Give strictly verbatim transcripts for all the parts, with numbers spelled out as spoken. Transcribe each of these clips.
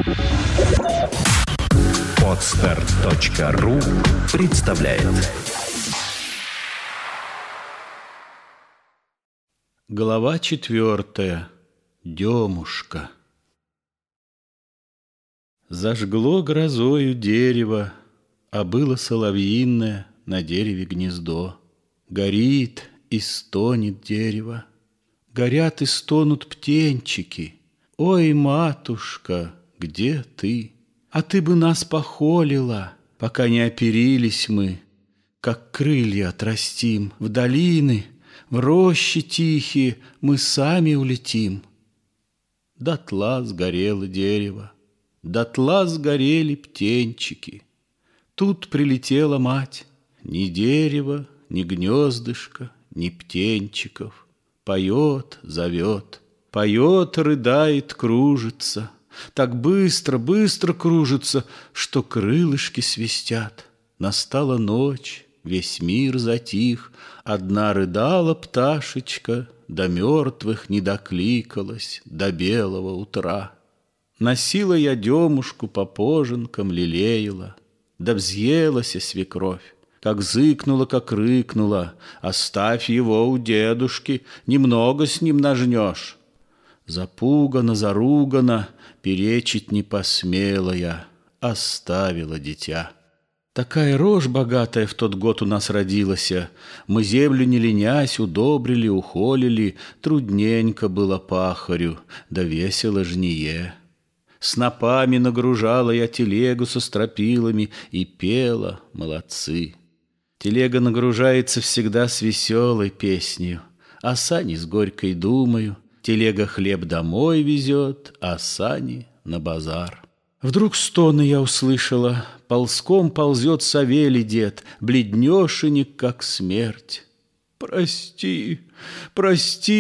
Подстер точка ру представляет. Глава четвертая. Демушка. Зажгло грозою дерево, а было соловьиное на дереве гнездо. Горит и стонет дерево, горят и стонут птенчики. Ой, матушка, где ты? А ты бы нас похолила, пока не оперились мы, как крылья отрастим в долины, в рощи тихие мы сами улетим. Дотла сгорело дерево, дотла сгорели птенчики. Тут прилетела мать, ни дерева, ни гнездышка, ни птенчиков. Поет, зовет, поет, рыдает, кружится. Так быстро, быстро кружится, что крылышки свистят. Настала ночь, весь мир затих. Одна рыдала пташечка, до мертвых не докликалась до белого утра. Носила я демушку по поженкам, лелеяла, да взъелася свекровь. Как зыкнула, как рыкнула: оставь его у дедушки, немного с ним нажнешь. Запугана, заругана, перечить не посмела я, оставила дитя. Такая рожь богатая в тот год у нас родилась. Мы землю не ленясь удобрили, ухолили, трудненько было пахарю, да весело жние. Снопами нагружала я телегу со стропилами и пела: молодцы. Телега нагружается всегда с веселой песнею, а сани с горькой думаю. Телега хлеб домой везет, а сани на базар. Вдруг стоны я услышала: ползком ползет Савелий дед, бледнешенек, как смерть. Прости, прости,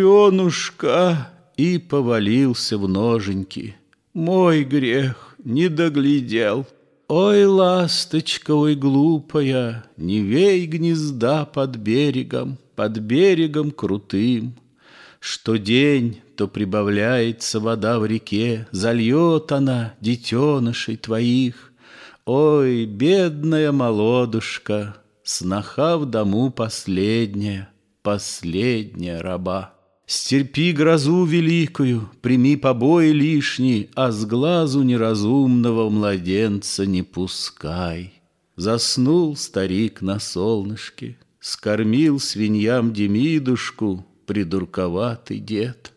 Матренушка, и повалился в ноженьки. Мой грех, не доглядел. Ой, ласточка, ой, глупая, не вей гнезда под берегом, под берегом крутым. Что день, то прибавляется вода в реке, зальет она детенышей твоих. Ой, бедная молодушка, сноха в дому последняя, последняя раба. Стерпи грозу великую, прими побои лишние, а с глазу неразумного младенца не пускай. Заснул старик на солнышке, скормил свиньям Демидушку придурковатый дед.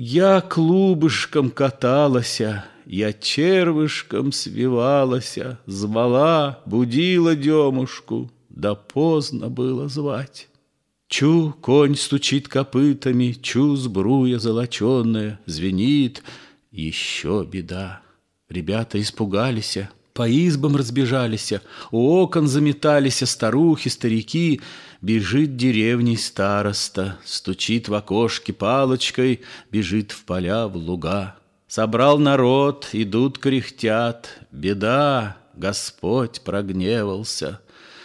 Я клубышком каталася, я червышком свивалася, звала, будила демушку, да поздно было звать. Чу, конь стучит копытами, чу, сбруя золоченая звенит. Еще беда. Ребята испугались, по избам разбежались, у окон заметались старухи, старики. Бежит деревней староста, стучит в окошке палочкой, бежит в поля, в луга. Собрал народ, идут кряхтят. Беда, Господь прогневался.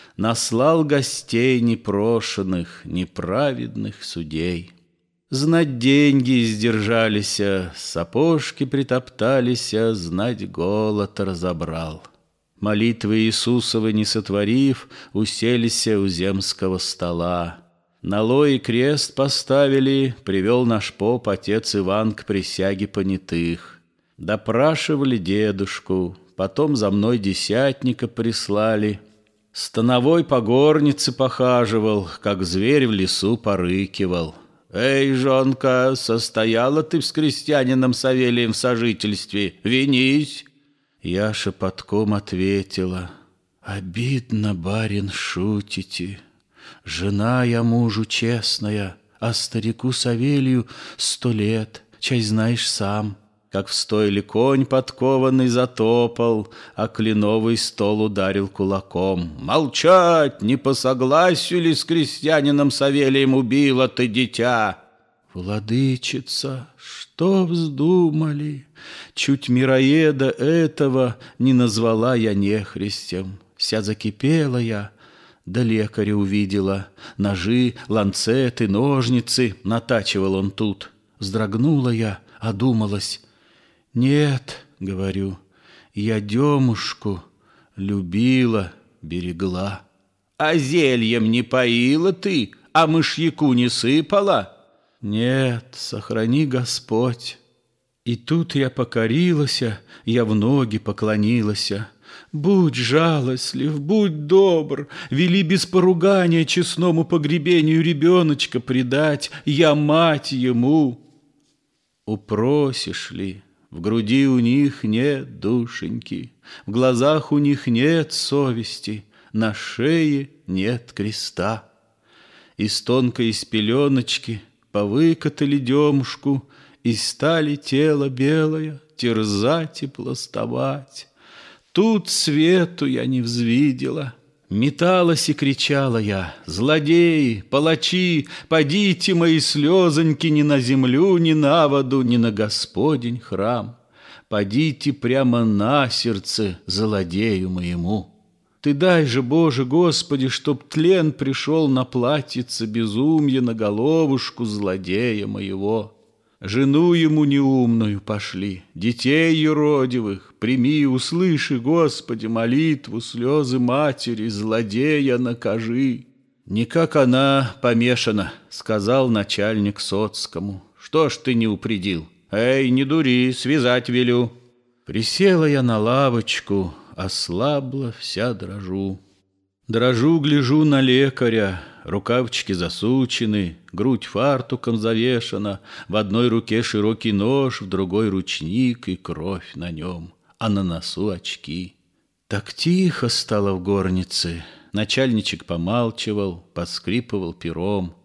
Наслал гостей непрошенных, неправедных судей. Знать деньги издержались, сапожки притоптались, знать голод разобрал. Молитвы Иисусовы не сотворив, уселись у земского стола. Налой и крест поставили, привел наш поп отец Иван к присяге понятых. Допрашивали дедушку, потом за мной десятника прислали. Становой по горнице похаживал, как зверь в лесу порыкивал. «Эй, жонка, состояла ты с крестьянином Савелием в сожительстве? Винись!» Я шепотком ответила: «Обидно, барин, шутите. Жена я мужу честная, а старику Савелию сто лет, чай знаешь сам». Как в стойле конь подкованный затопал, а кленовый стол ударил кулаком. «Молчать! Не по согласию ли с крестьянином Савелием убила ты дитя?» «Владычица, что вздумали? Чуть мироеда этого не назвала я нехристем. Вся закипела я, да лекаря увидела. Ножи, ланцеты, ножницы натачивал он тут. Вздрогнула я, одумалась. Нет, говорю, я Демушку любила, берегла. А зельем не поила ты, а мышьяку не сыпала? Нет, сохрани Господь. И тут я покорилася, я в ноги поклонилася. Будь жалостлив, будь добр, вели без поругания честному погребению ребеночка предать, я мать ему. Упросишь ли, в груди у них нет душеньки, в глазах у них нет совести, на шее нет креста. Из тонкой из пеленочки повыкатали Демушку, и стали тело белое терзать и пластовать. Тут свету я не взвидела. Металась и кричала я: злодеи, палачи, подите мои слезоньки ни на землю, ни на воду, ни на Господень храм. Подите прямо на сердце злодею моему. Ты дай же, Боже Господи, чтоб тлен пришел на платьице безумья на головушку злодея моего. Жену ему неумную пошли, детей юродивых, прими, услыши, Господи, молитву, слезы матери, злодея накажи. Никак она помешана, сказал начальник соцкому. Что ж ты не упредил? Эй, не дури, связать велю. Присела я на лавочку, ослабла, вся дрожу. Дрожу, гляжу на лекаря, рукавчики засучены, грудь фартуком завешана, в одной руке широкий нож, в другой ручник и кровь на нем, а на носу очки. Так тихо стало в горнице, начальничек помалчивал, поскрипывал пером.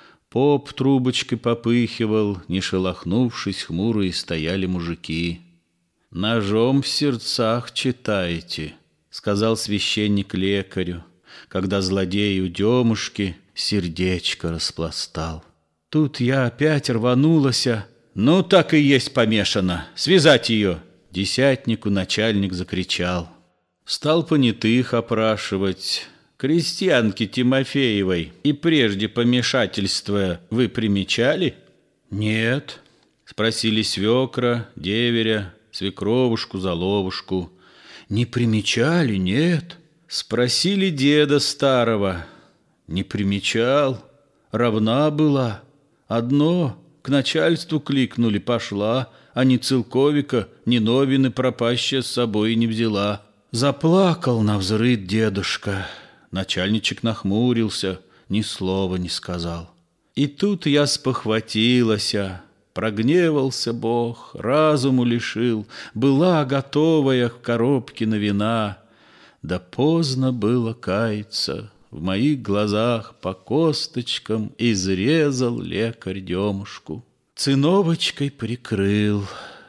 Поп трубочкой попыхивал, не шелохнувшись, хмурые стояли мужики. «Ножом в сердцах читаете», — сказал священник лекарю, когда злодею Демушки сердечко распластал. Тут я опять рванулася. Ну, так и есть помешано, связать ее. Десятнику начальник закричал. Стал понятых опрашивать. Крестьянки Тимофеевой и прежде помешательства вы примечали? Нет. Спросили свекра, деверя, свекровушку, заловушку. Не примечали, нет. Спросили деда старого. Не примечал, равна была. Одно, к начальству кликнули, пошла, а ни Целковика, ни новины пропащая с собой не взяла. Заплакал навзрыд дедушка. Начальничек нахмурился, ни слова не сказал. И тут я спохватилася. Прогневался Бог, разуму лишил, была готовая в коробке на вина. Да поздно было каяться, в моих глазах по косточкам изрезал лекарь Демушку. Циновочкой прикрыл,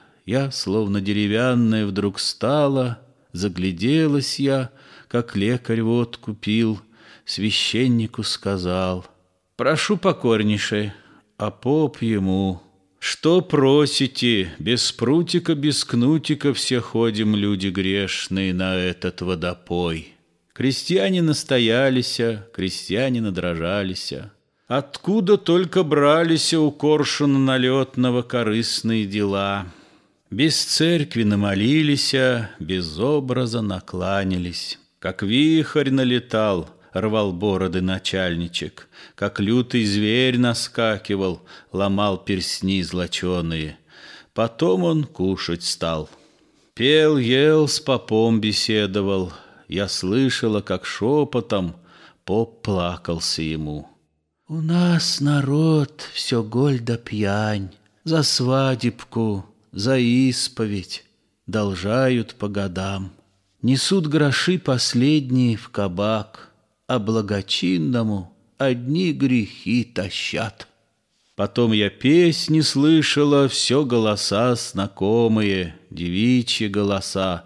я, словно деревянная, вдруг стала, загляделась я, как лекарь водку пил, священнику сказал: прошу покорнейше, а поп ему: что просите, без прутика, без кнутика все ходим, люди грешные, на этот водопой. Крестьяне настоялися, крестьяне надрожалися. Откуда только бралися у коршуна налетного корыстные дела. Без церкви намолилися, без образа накланялись. Как вихрь налетал, рвал бороды начальничек, как лютый зверь наскакивал, ломал перстни злоченые. Потом он кушать стал. Пел, ел, с попом беседовал. Я слышала, как шепотом поп плакался ему. У нас народ все голь да пьянь, за свадебку, за исповедь должают по годам. Несут гроши последние в кабак, а благочинному одни грехи тащат. Потом я песни слышала, все голоса знакомые, девичьи голоса: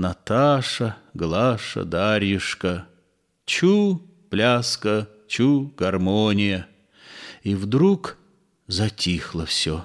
Наташа, Глаша, Дарьюшка. Чу, пляска, чу, гармония. И вдруг затихло все.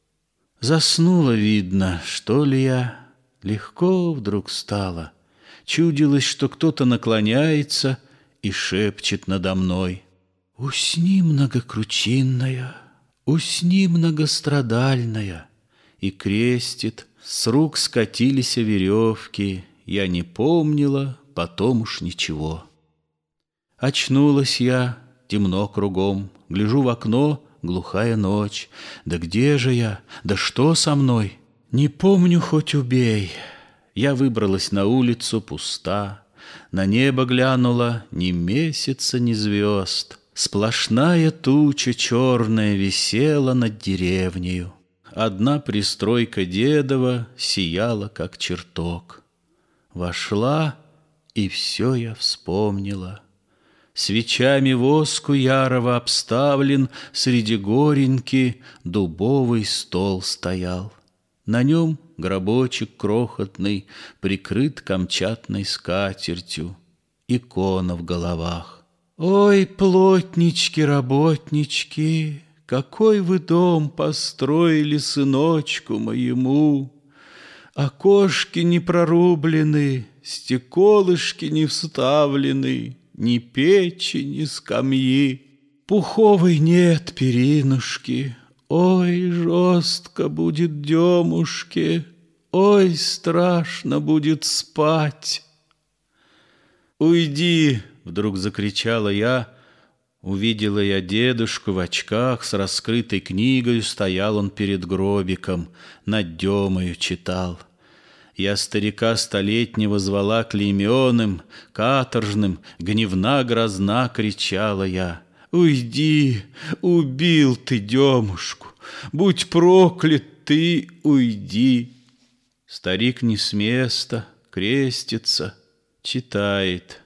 Заснула, видно, что ли я. Легко вдруг стало. Чудилось, что кто-то наклоняется и шепчет надо мной: усни, многокручинная, усни, многострадальная. И крестит, С рук скатились веревки, я не помнила потом уж ничего. Очнулась я, темно кругом, гляжу в окно, глухая ночь. Да где же я? Да что со мной? Не помню, хоть убей. Я выбралась на улицу, пуста. На небо глянула, ни месяца, ни звезд. Сплошная туча черная висела над деревнею. Одна пристройка дедова сияла, как чертог. Вошла, и все я вспомнила. Свечами воску ярого обставлен, среди гореньки дубовый стол стоял. На нем гробочек крохотный, прикрыт камчатной скатертью, икона в головах. Ой, плотнички-работнички, какой вы дом построили сыночку моему! Окошки не прорублены, стеколышки не вставлены, ни печи, ни скамьи. Пуховой нет перинушки. Ой, жестко будет демушке, ой, страшно будет спать. «Уйди!» — вдруг закричала я. Увидела я дедушку в очках, с раскрытой книгой стоял он перед гробиком, над Демою читал. Я старика столетнего звала клейменым, каторжным, гневна-грозна кричала я. «Уйди, убил ты Демушку, будь проклят ты, уйди!» Старик не с места, крестится, читает.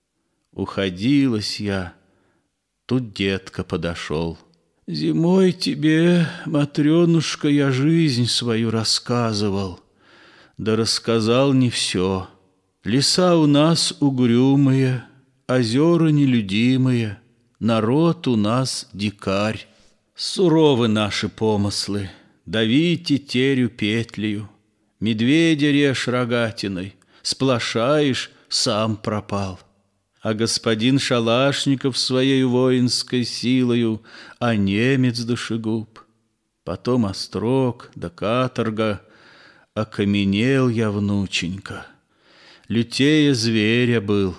Уходилась я, тут детка подошел. «Зимой тебе, Матренушка, я жизнь свою рассказывал, да рассказал не все. Леса у нас угрюмые, озера нелюдимые, народ у нас дикарь. Суровы наши помыслы, дави тетерю петлею, медведя режь рогатиной, сплошаешь, сам пропал. А господин Шалашников своей воинской силою, а немец душегуб. Потом острог да каторга, окаменел я, внученька. Лютее зверя был.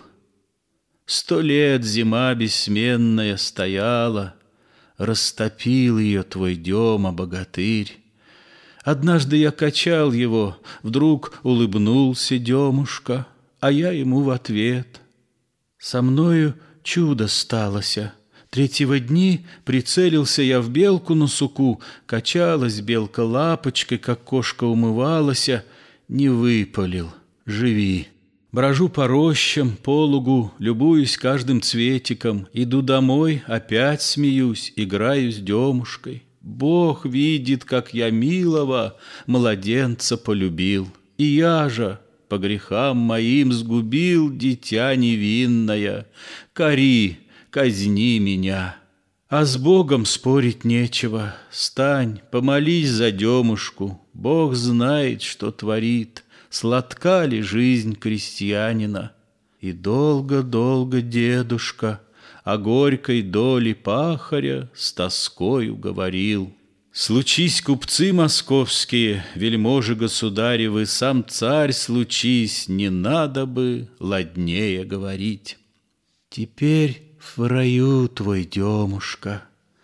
Сто лет зима бессменная стояла, растопил ее твой Дема, богатырь. Однажды я качал его, вдруг улыбнулся Демушка, а я ему в ответ. Со мною чудо сталося. Третьего дни прицелился я в белку на суку, качалась белка лапочкой, как кошка умывалася, не выпалил, живи. Брожу по рощам, по лугу, любуюсь каждым цветиком, иду домой, опять смеюсь, играю с Демушкой. Бог видит, как я милого младенца полюбил, и я же по грехам моим сгубил дитя невинное. Кори, казни меня. А с Богом спорить нечего. Стань, помолись за Демушку. Бог знает, что творит. Сладка ли жизнь крестьянина? И долго-долго дедушка о горькой доле пахаря с тоскою говорил. Случись, купцы московские, вельможи государевы, сам царь случись, не надо бы ладнее говорить. Теперь в раю твой Демушка,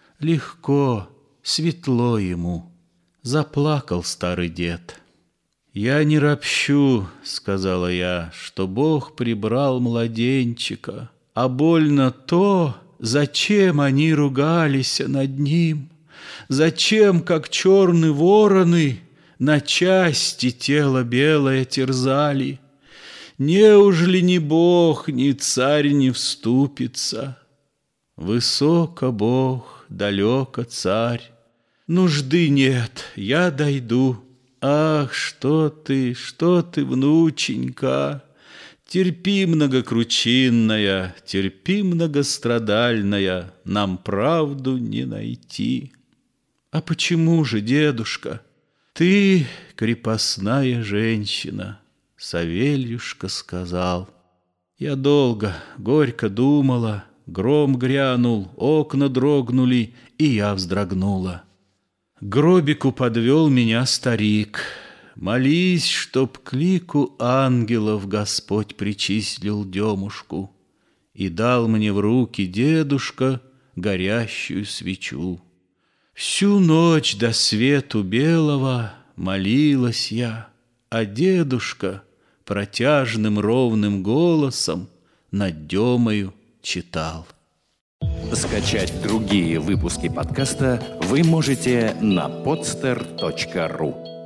легко, светло ему, заплакал старый дед. «Я не ропщу, — сказала я, — что Бог прибрал младенчика, а больно то, зачем они ругались над ним, зачем, как черные вороны, на части тело белое терзали. Неужели ни Бог, ни царь не вступится? Высоко Бог, далеко царь, нужды нет, я дойду. Ах, что ты, что ты, внученька! Терпи, многокручинная, терпи, многострадальная, нам правду не найти». «А почему же, дедушка? Ты крепостная женщина», — Савельюшка сказал. Я долго, горько думала, гром грянул, окна дрогнули, и я вздрогнула. К гробику подвел меня старик. Молись, чтоб к лику ангелов Господь причислил Демушку и дал мне в руки дедушка горящую свечу. Всю ночь до свету белого молилась я, а дедушка протяжным ровным голосом над Демою читал. Скачать другие выпуски подкаста вы можете на podster точка ру.